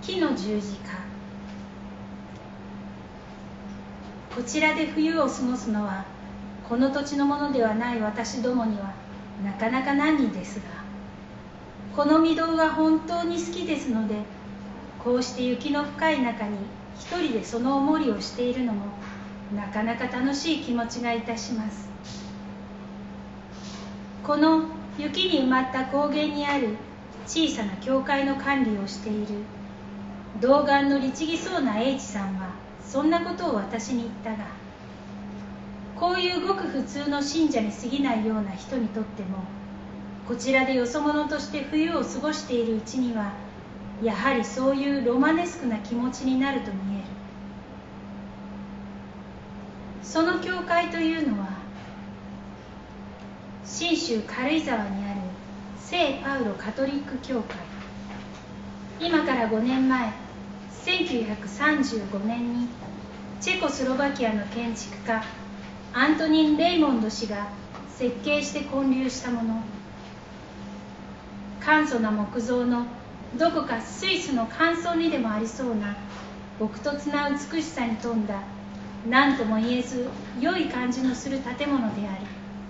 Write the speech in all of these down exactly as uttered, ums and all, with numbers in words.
木の十字架。こちらで冬を過ごすのはこの土地のものではない私どもにはなかなか難儀ですが、この御堂が本当に好きですので、こうして雪の深い中に一人でそのおもりをしているのもなかなか楽しい気持ちがいたします。この雪に埋まった高原にある小さな教会の管理をしている童顔の律儀そうな英治さんはそんなことを私に言ったが、こういうごく普通の信者に過ぎないような人にとっても、こちらでよそ者として冬を過ごしているうちにはやはりそういうロマネスクな気持ちになると見える。その教会というのは信州軽井沢にある聖パウロカトリック教会。今からごねんまえ、せんきゅうひゃくさんじゅうごねんにチェコスロバキアの建築家アントニン・レイモンド氏が設計して建立したもの。簡素な木造のどこかスイスの乾燥にでもありそうな朴突な美しさに富んだ、何とも言えず良い感じのする建物である。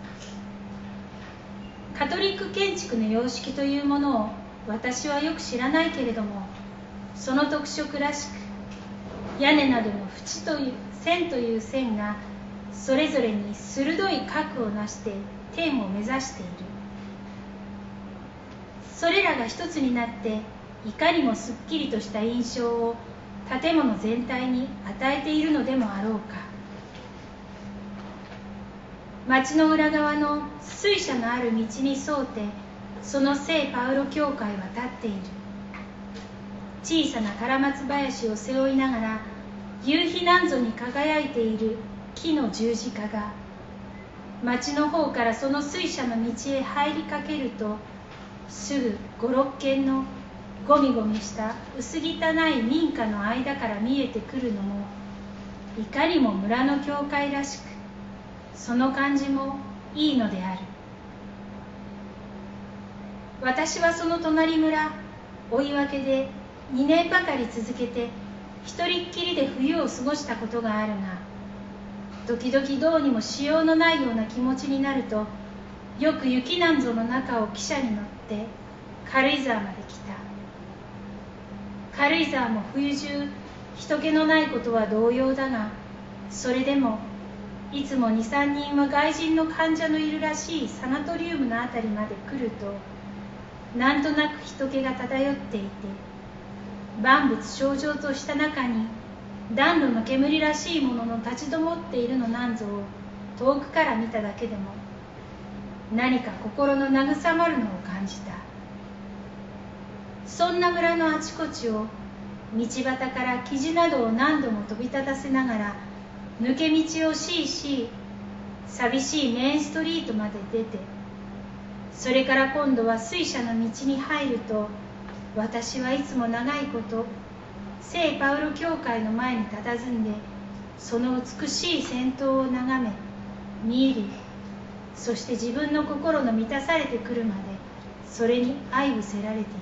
カトリック建築の様式というものを私はよく知らないけれども、その特色らしく、屋根などの縁という線という線がそれぞれに鋭い角をなして天を目指している。それらが一つになっていかにもすっきりとした印象を建物全体に与えているのでもあろうか。町の裏側の水車のある道に沿ってその聖パウロ教会は立っている。小さなカラマツ林を背負いながら夕日なんぞに輝いている木の十字架が、町の方からその水車の道へ入りかけると、すぐ五六軒のゴミゴミした薄汚い民家の間から見えてくるのもいかにも村の教会らしく、その感じもいいのである。私はその隣村追い分けでにねんばかり続けて一人っきりで冬を過ごしたことがあるが、時々どうにもしようのないような気持ちになると、よく雪なんぞの中を汽車に乗って軽井沢まで来た。軽井沢も冬中人気のないことは同様だが、それでもいつもにさんにんは外人の患者のいるらしいサナトリウムのあたりまで来ると、なんとなく人気が漂っていて、万物症状とした中に暖炉の煙らしいものの立ちどもっているのなんぞを遠くから見ただけでも何か心の慰まるのを感じた。そんな村のあちこちを道端から生地などを何度も飛び立たせながら抜け道をしいしい寂しいメインストリートまで出て、それから今度は水車の道に入ると、私はいつも長いこと聖パウロ教会の前に佇んでその美しい先頭を眺め見入り、そして自分の心の満たされてくるまでそれに愛伏せられていた。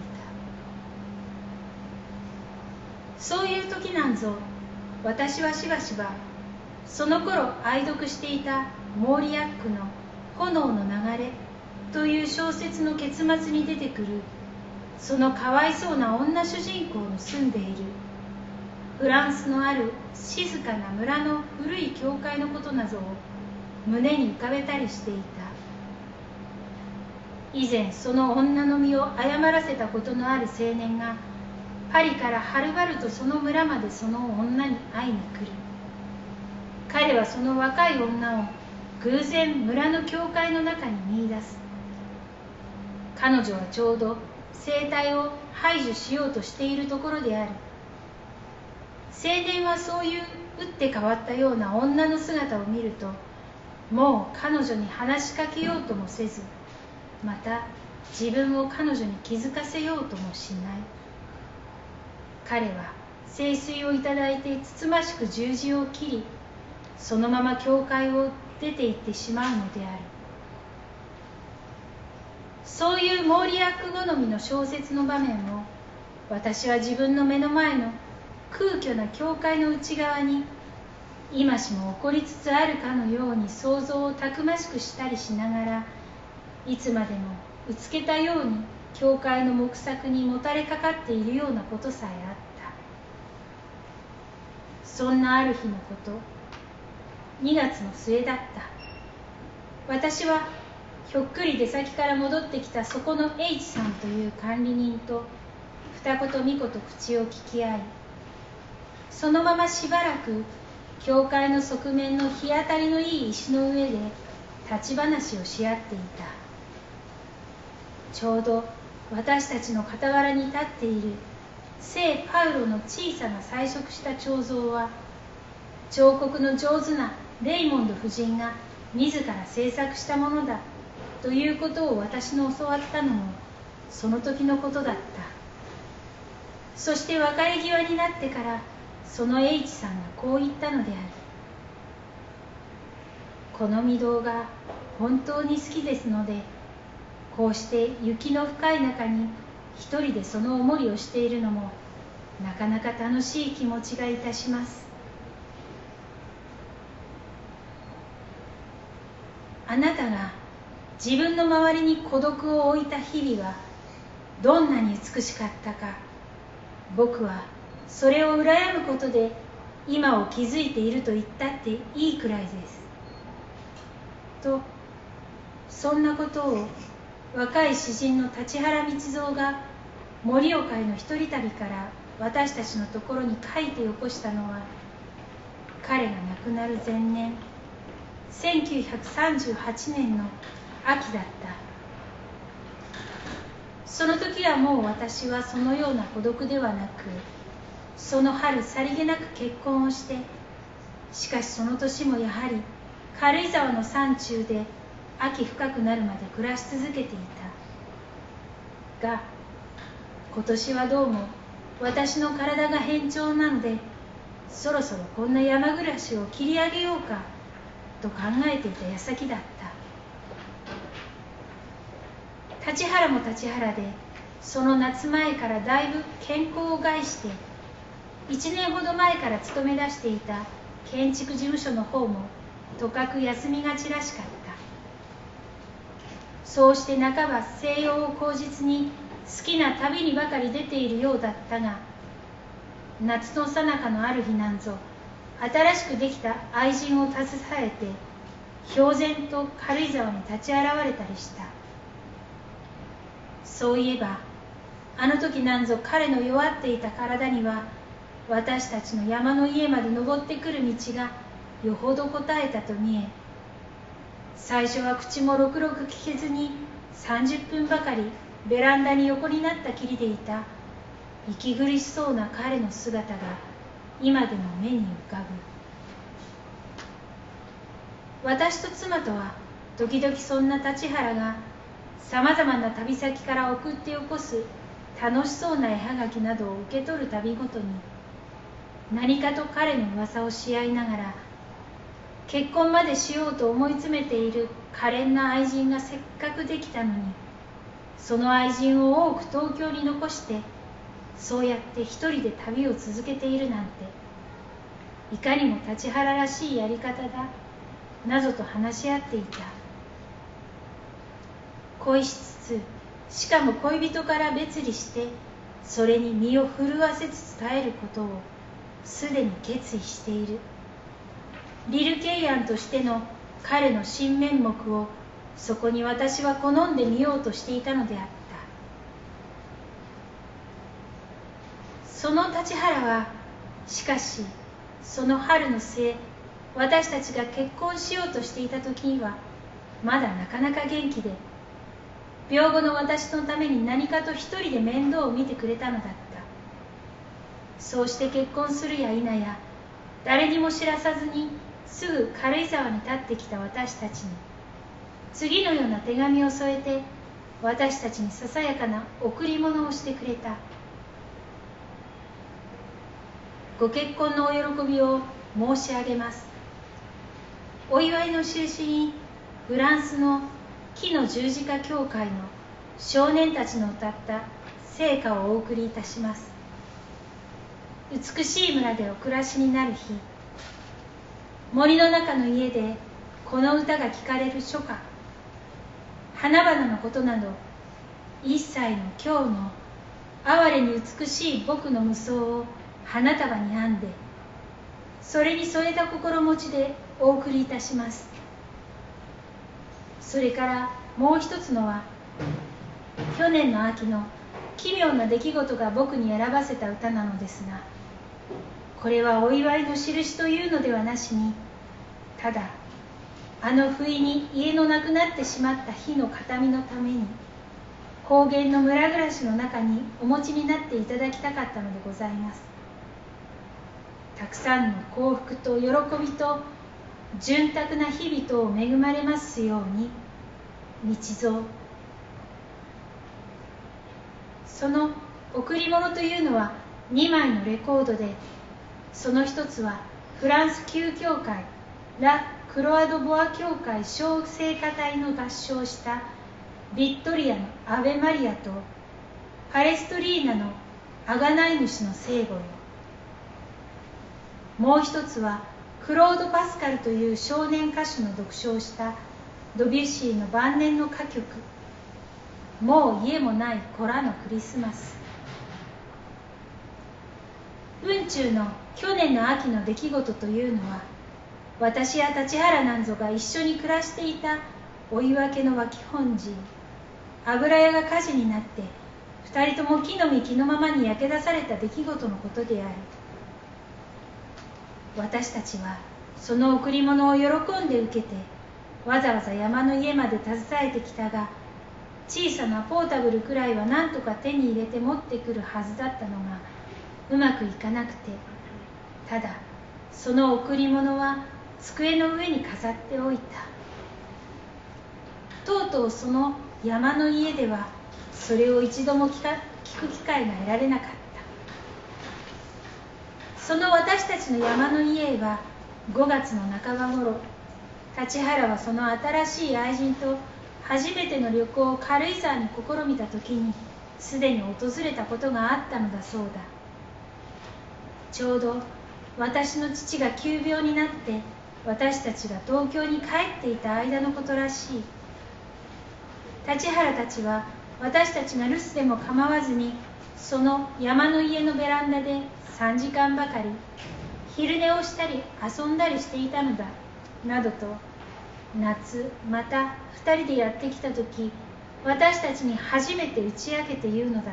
そういう時なんぞ、私はしばしばその頃愛読していたモーリアックの「炎の流れ」という小説の結末に出てくるそのかわいそうな女主人公の住んでいるフランスのある静かな村の古い教会のことなどを胸に浮かべたりしていた。以前その女の身を誤らせたことのある青年がパリからはるばるとその村までその女に会いに来る。彼はその若い女を偶然村の教会の中に見出す。彼女はちょうど生体を排除しようとしているところである。青年はそういう打って変わったような女の姿を見ると、もう彼女に話しかけようともせず、また自分を彼女に気づかせようともしない。彼は聖水をいただいてつつましく十字を切り、そのまま教会を出て行ってしまうのである。そういうモーリアック好みの小説の場面を私は自分の目の前の空虚な教会の内側に今しも起こりつつあるかのように想像をたくましくしたりしながら、いつまでもうつけたように教会の木柵にもたれかかっているようなことさえあった。そんなある日のこと、にがつの末だった。私はひょっくり出先から戻ってきたそこの H さんという管理人と二言三言口を聞き合い、そのまましばらく教会の側面の日当たりのいい石の上で立ち話をし合っていた。ちょうど私たちの傍らに立っている聖パウロの小さな彩色した彫像は、彫刻の上手なレイモンド夫人が自ら制作したものだということを私の教わったのもその時のことだった。そして別れ際になってからその H さんがこう言ったのである。この御堂が本当に好きですので、こうして雪の深い中に一人でそのおもりをしているのもなかなか楽しい気持ちがいたします。あなたが自分の周りに孤独を置いた日々はどんなに美しかったか、僕はそれを羨むことで今を築いていると言ったっていいくらいです。と、そんなことを若い詩人の立原道三が盛岡への一人旅から私たちのところに書いてよこしたのは、彼が亡くなる前年せんきゅうひゃくさんじゅうはちねんの秋だった。その時はもう私はそのような孤独ではなく、その春さりげなく結婚をして、しかしその年もやはり軽井沢の山中で秋深くなるまで暮らし続けていたが、今年はどうも私の体が変調なので、そろそろこんな山暮らしを切り上げようかと考えていた矢先だった。立原も立原で、その夏前からだいぶ健康を害して、一年ほど前から勤め出していた建築事務所の方もとかく休みがちらしかった。そうして半ば静養を口実に好きな旅にばかり出ているようだったが、夏の最中のある日なんぞ、新しくできた愛人を携えて氷然と軽井沢に立ち現れたりした。そういえばあの時なんぞ彼の弱っていた体には、私たちの山の家まで登ってくる道がよほどこたえたと見え、最初は口もろくろく聞けずにさんじゅっぷんばかりベランダに横になったきりでいた息苦しそうな彼の姿が今でも目に浮かぶ。私と妻とは時々そんな立原がさまざまな旅先から送ってよこす楽しそうな絵はがきなどを受け取るたびごとに、何かと彼の噂をし合いながら、結婚までしようと思い詰めている可憐な愛人がせっかくできたのに、その愛人を多く東京に残して、そうやって一人で旅を続けているなんて、いかにも立原らしいやり方だなどと話し合っていた。恋しつつ、しかも恋人から別離して、それに身を震わせつつ耐えることをすでに決意している。リル・ケイアンとしての彼の新面目をそこに私は好んでみようとしていたのであった。その立原はしかしその春の末、私たちが結婚しようとしていた時にはまだなかなか元気で、病後の私のために何かと一人で面倒を見てくれたのだった。そうして結婚するや否や、誰にも知らさずにすぐ軽井沢に立ってきた私たちに次のような手紙を添えて、私たちにささやかな贈り物をしてくれた。ご結婚のお喜びを申し上げます。お祝いの印にフランスの木の十字架教会の少年たちの歌った聖歌をお送りいたします。美しい村でお暮らしになる日、森の中の家でこの歌が聞かれる初夏、花々のことなど一切の今日の哀れに美しい僕の無双を花束に編んで、それに添えた心持ちでお送りいたします。それからもう一つのは、去年の秋の奇妙な出来事が僕に選ばせた歌なのですが、これはお祝いの印というのではなしに、ただあの不意に家のなくなってしまった日の形見のために、高原の村暮らしの中にお持ちになっていただきたかったのでございます。たくさんの幸福と喜びと潤沢な日々を恵まれますように、道蔵。その贈り物というのはにまいのレコードで、その一つはフランス旧教会ラ・クロア・ド・ボア教会小聖歌隊の合唱したビットリアのアヴェ・マリアとパレストリーナのあがない主の聖母よ。もう一つはクロード・パスカルという少年歌手の読書をしたドビュッシーの晩年の歌曲、もう家もない子らのクリスマス。雲中の去年の秋の出来事というのは、私や立原なんぞが一緒に暮らしていた追分けの脇本陣、油屋が火事になって二人とも木の実木のままに焼け出された出来事のことである。私たちはその贈り物を喜んで受けて、わざわざ山の家まで携えてきたが、小さなポータブルくらいは何とか手に入れて持ってくるはずだったのがうまくいかなくて、ただその贈り物は机の上に飾っておいた。とうとうその山の家ではそれを一度も聞か聞く機会が得られなかった。その私たちの山の家へはごがつの半ばごろ、立原はその新しい愛人と初めての旅行を軽井沢に試みた時にすでに訪れたことがあったのだそうだ。ちょうど私の父が急病になって私たちが東京に帰っていた間のことらしい。立原たちは私たちが留守でも構わずにその山の家のベランダでさんじかんばかり昼寝をしたり遊んだりしていたのだなどと、夏また二人でやってきた時、私たちに初めて打ち明けて言うのだった。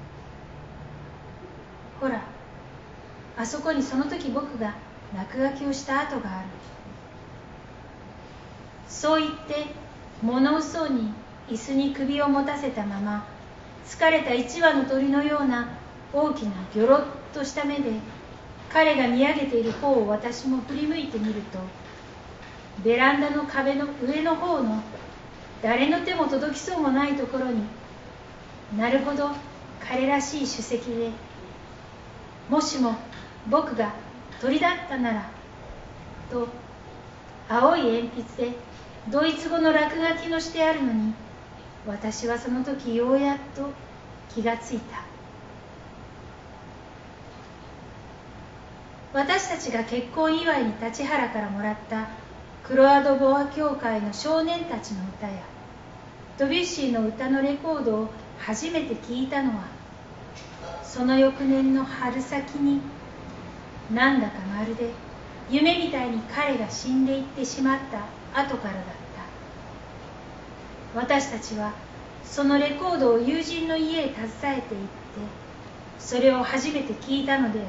ほら、あそこにその時僕が落書きをした跡がある。そう言って物憂そうに椅子に首を持たせたまま、疲れた一羽の鳥のような大きなギョロッとした目で彼が見上げている方を私も振り向いてみると、ベランダの壁の上の方の誰の手も届きそうもないところに、なるほど彼らしい首席で、もしも僕が鳥だったならと青い鉛筆でドイツ語の落書きのしてあるのに、私はその時ようやっと気がついた。私たちが結婚祝いに立原からもらったクロア・ド・ボア教会の少年たちの歌やドビュッシーの歌のレコードを初めて聞いたのは、その翌年の春先に、なんだかまるで夢みたいに彼が死んでいってしまった後からだった。私たちはそのレコードを友人の家へ携えて行って、それを初めて聞いたのである。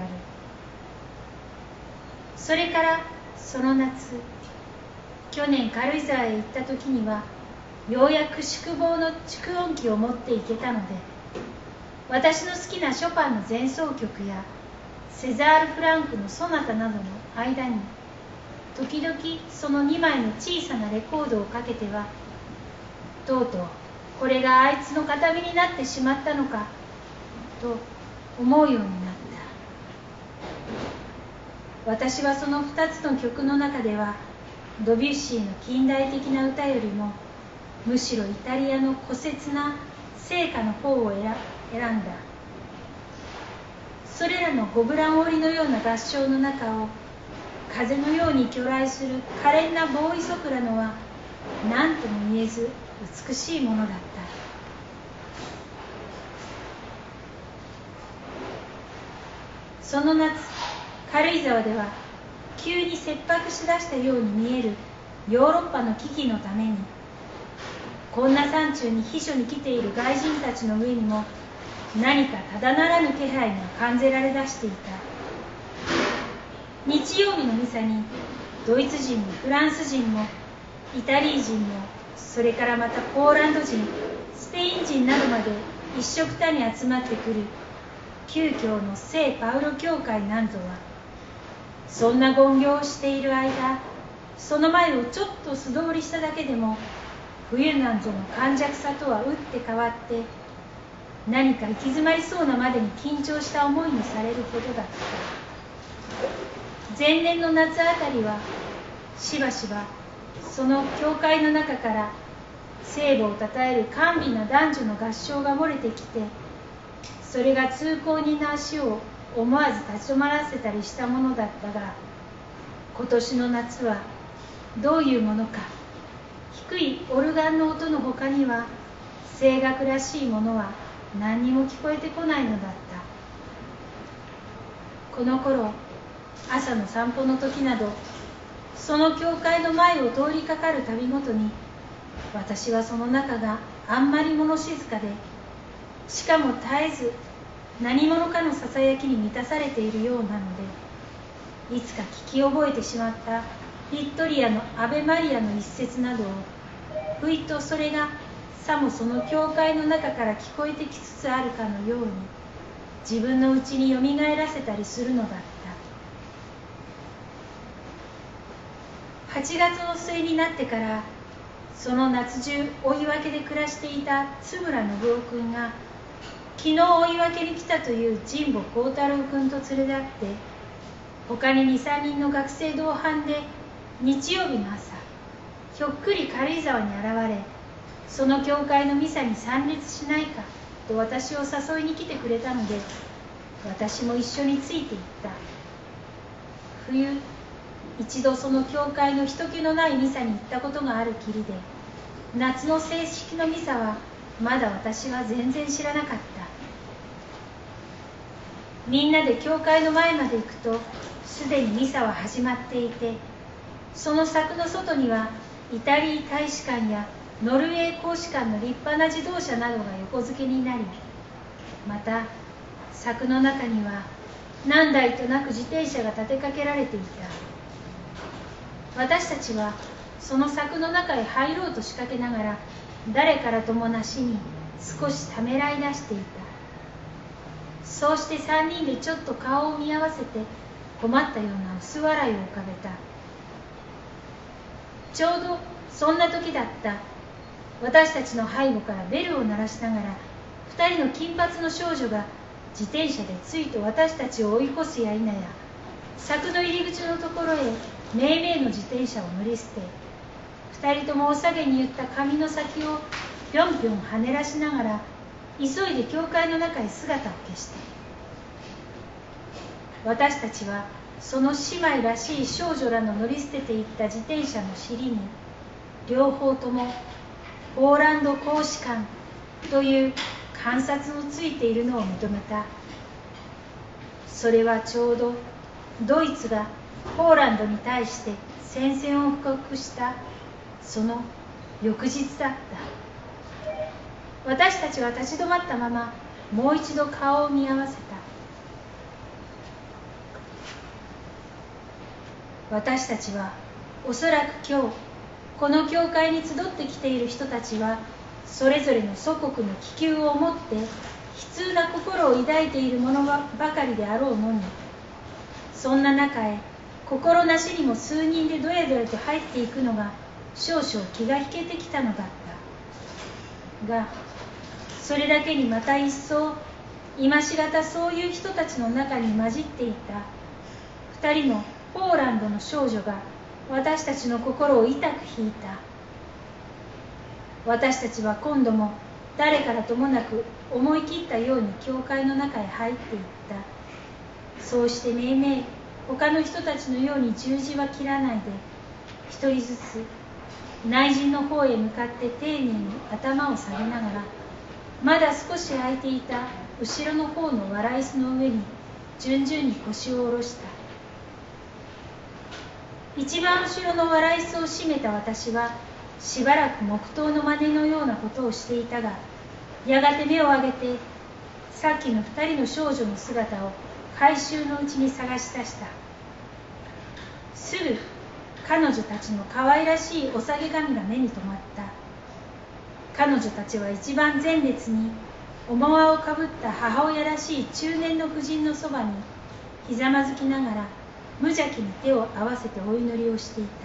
それからその夏、去年軽井沢へ行った時にはようやく宿坊の蓄音機を持って行けたので、私の好きなショパンの前奏曲やセザール・フランクのソナタなどの間に時々そのにまいの小さなレコードをかけては、とうとうこれがあいつの形見になってしまったのかと思うようになった。私はそのふたつの曲の中ではドビュッシーの近代的な歌よりもむしろイタリアの古刹な聖歌の方を選んだ。それらのゴブラン織りのような合唱の中を風のように去来する可憐なボーイソプラノは何とも言えず美しいものだった。その夏、軽井沢では急に切迫しだしたように見えるヨーロッパの危機のために、こんな山中に避暑に来ている外人たちの上にも何かただならぬ気配が感じられだしていた。日曜日のミサにドイツ人もフランス人もイタリー人も、それからまたポーランド人、スペイン人などまで一緒くたに集まってくる旧教の聖パウロ教会なんぞは、そんな言行をしている間、その前をちょっと素通りしただけでも冬なんぞの寒弱さとは打って変わって、何か行き詰まりそうなまでに緊張した思いにされるほどだった。前年の夏あたりはしばしばその教会の中から聖母をたたえる甘美な男女の合唱が漏れてきて、それが通行人の足を思わず立ち止まらせたりしたものだったが、今年の夏はどういうものか。低いオルガンの音のほかには声楽らしいものは何にも聞こえてこないのだった。この頃、朝の散歩の時など、その教会の前を通りかかるたびごとに、私はその中があんまり物静かで、しかも絶えず何者かのささやきに満たされているようなので、いつか聞き覚えてしまったビットリアのアベマリアの一節などを、ふいとそれがさもその教会の中から聞こえてきつつあるかのように、自分のうちによみがえらせたりするのだった。はちがつの末になってから、その夏中追い分けで暮らしていた津村信夫君が、昨日追い分けに来たという神保幸太郎君と連れ立って、他ににさんにんの学生同伴で日曜日の朝、ひょっくり軽井沢に現れ、その教会のミサに参列しないかと私を誘いに来てくれたので、私も一緒について行った。冬、一度その教会の人気のないミサに行ったことがあるきりで、夏の正式のミサはまだ私は全然知らなかった。みんなで教会の前まで行くと、すでにミサは始まっていて、その柵の外にはイタリー大使館やノルウェー公使館の立派な自動車などが横付けになり、また柵の中には何台となく自転車が立てかけられていた。私たちはその柵の中へ入ろうと仕掛けながら、誰からともなしに少しためらい出していた。そうして三人でちょっと顔を見合わせて困ったような薄笑いを浮かべた。ちょうどそんな時だった。私たちの背後からベルを鳴らしながら、二人の金髪の少女が自転車でついと私たちを追い越すや否や、柵の入り口のところへめいめいの自転車を乗り捨て、二人ともおさげに言った髪の先をぴょんぴょん跳ねらしながら、急いで教会の中へ姿を消した。私たちはその姉妹らしい少女らの乗り捨てていった自転車の尻に、両方ともポーランド公使館という鑑札のついているのを認めた。それはちょうどドイツがポーランドに対して宣戦を布告したその翌日だった。私たちは立ち止まったまま、もう一度顔を見合わせた。私たちはおそらく今日この教会に集ってきている人たちは、それぞれの祖国の気球を持って悲痛な心を抱いているものばかりであろうのに、そんな中へ心なしにも数人でどやどやと入っていくのが少々気が引けてきたのだった。がそれだけにまた一層今しがたそういう人たちの中に混じっていた二人のポーランドの少女が私たちの心を痛く引いた。私たちは今度も誰からともなく思い切ったように教会の中へ入っていった。そうしてめいめい他の人たちのように十字は切らないで、一人ずつ内陣の方へ向かって丁寧に頭を下げながら、まだ少し空いていた後ろの方の藁椅子の上に順々に腰を下ろした。一番後ろの藁椅子を閉めた私はしばらく黙祷の真似のようなことをしていたが、やがて目を上げてさっきの二人の少女の姿を改宗のうちに探し出した。すぐ彼女たちの可愛らしいお下げ髪が目に留まった。彼女たちは一番前列におまわをかぶった母親らしい中年の婦人のそばにひざまずきながら無邪気に手を合わせてお祈りをしていた。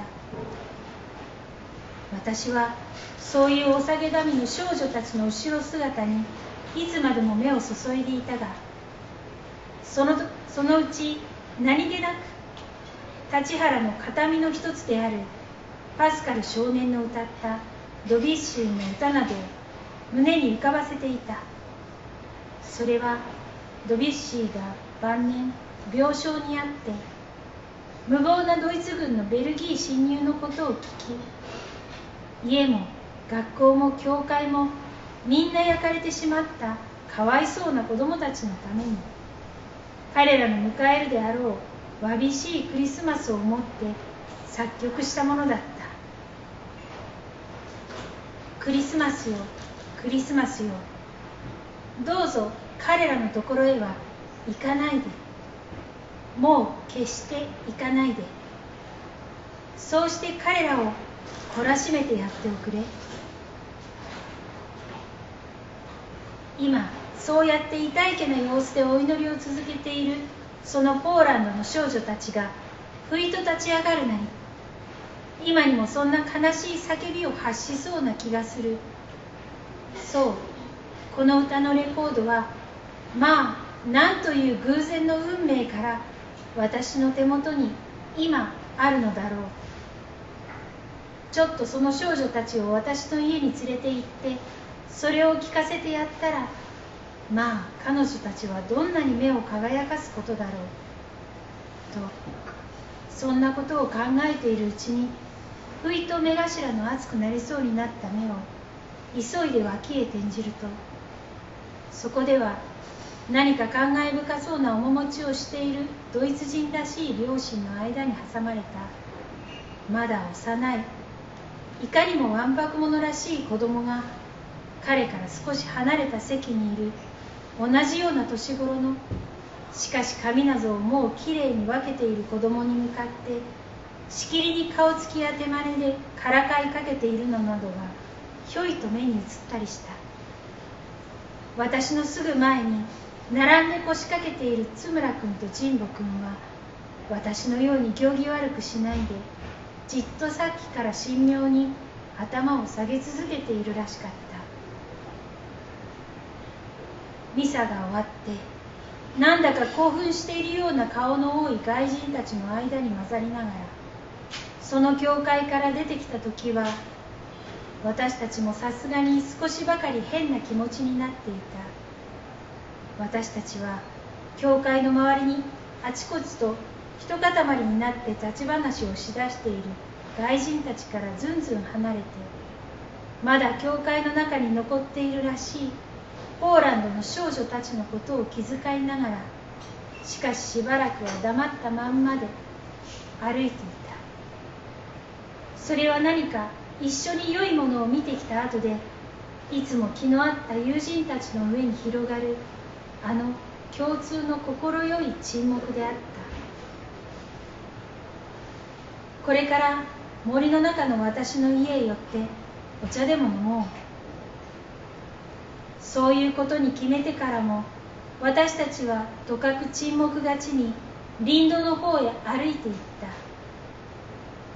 私はそういうお下げ髪の少女たちの後ろ姿にいつまでも目を注いでいたが、その、そのうち何気なく立原の形見の一つであるパスカル少年の歌ったドビュッシーの歌などを胸に浮かばせていた。それはドビュッシーが晩年病床にあって無謀なドイツ軍のベルギー侵入のことを聞き、家も学校も教会もみんな焼かれてしまったかわいそうな子供たちのために、彼らの迎えるであろうわびしいクリスマスを思って作曲したものだった。クリスマスよ、クリスマスよ、どうぞ彼らのところへは行かないで、もう決して行かないで。そうして彼らを懲らしめてやっておくれ。今そうやって痛いけな様子でお祈りを続けているそのポーランドの少女たちがふいと立ち上がるなり、今にもそんな悲しい叫びを発しそうな気がする。そう、この歌のレコードはまあなんという偶然の運命から私の手元に今あるのだろう。ちょっとその少女たちを私の家に連れて行ってそれを聞かせてやったら、まあ彼女たちはどんなに目を輝かすことだろうと、そんなことを考えているうちにふいと目頭の熱くなりそうになった目を急いで脇へ転じると、そこでは何か感慨深そうな面持ちをしているドイツ人らしい両親の間に挟まれたまだ幼い、いかにもわんぱく者らしい子供が彼から少し離れた席にいる同じような年頃の、しかし髪などをもうきれいに分けている子供に向かってしきりに顔つきや手まねでからかいかけているのなどがひょいと目に映ったりした。私のすぐ前に並んで腰掛けている津村君と神保君は私のように行儀悪くしないでじっとさっきから神妙に頭を下げ続けているらしかった。ミサが終わってなんだか興奮しているような顔の多い外人たちの間に混ざりながらその教会から出てきた時は、私たちもさすがに少しばかり変な気持ちになっていた。私たちは教会の周りにあちこちと一塊になって立ち話をしだしている外人たちからずんずん離れて、まだ教会の中に残っているらしいポーランドの少女たちのことを気遣いながら、しかししばらくは黙ったまんまで歩いていた。それは何か一緒に良いものを見てきた後で、いつも気の合った友人たちの上に広がるあの共通の心よい沈黙であった。これから森の中の私の家へ寄ってお茶でも飲もう。そういうことに決めてからも、私たちはとかく沈黙がちに林道の方へ歩いていった。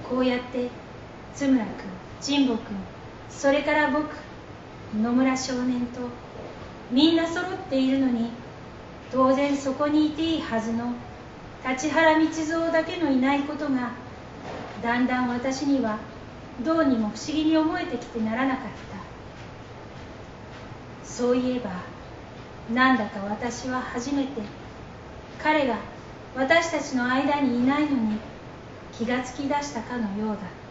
こうやって津村君、神保君、それから僕、野村少年とみんな揃っているのに、当然そこにいていいはずの立原道三だけのいないことがだんだん私にはどうにも不思議に思えてきてならなかった。 そういえばなんだか私は初めて彼が私たちの間にいないのに気がつき出したかのようだ。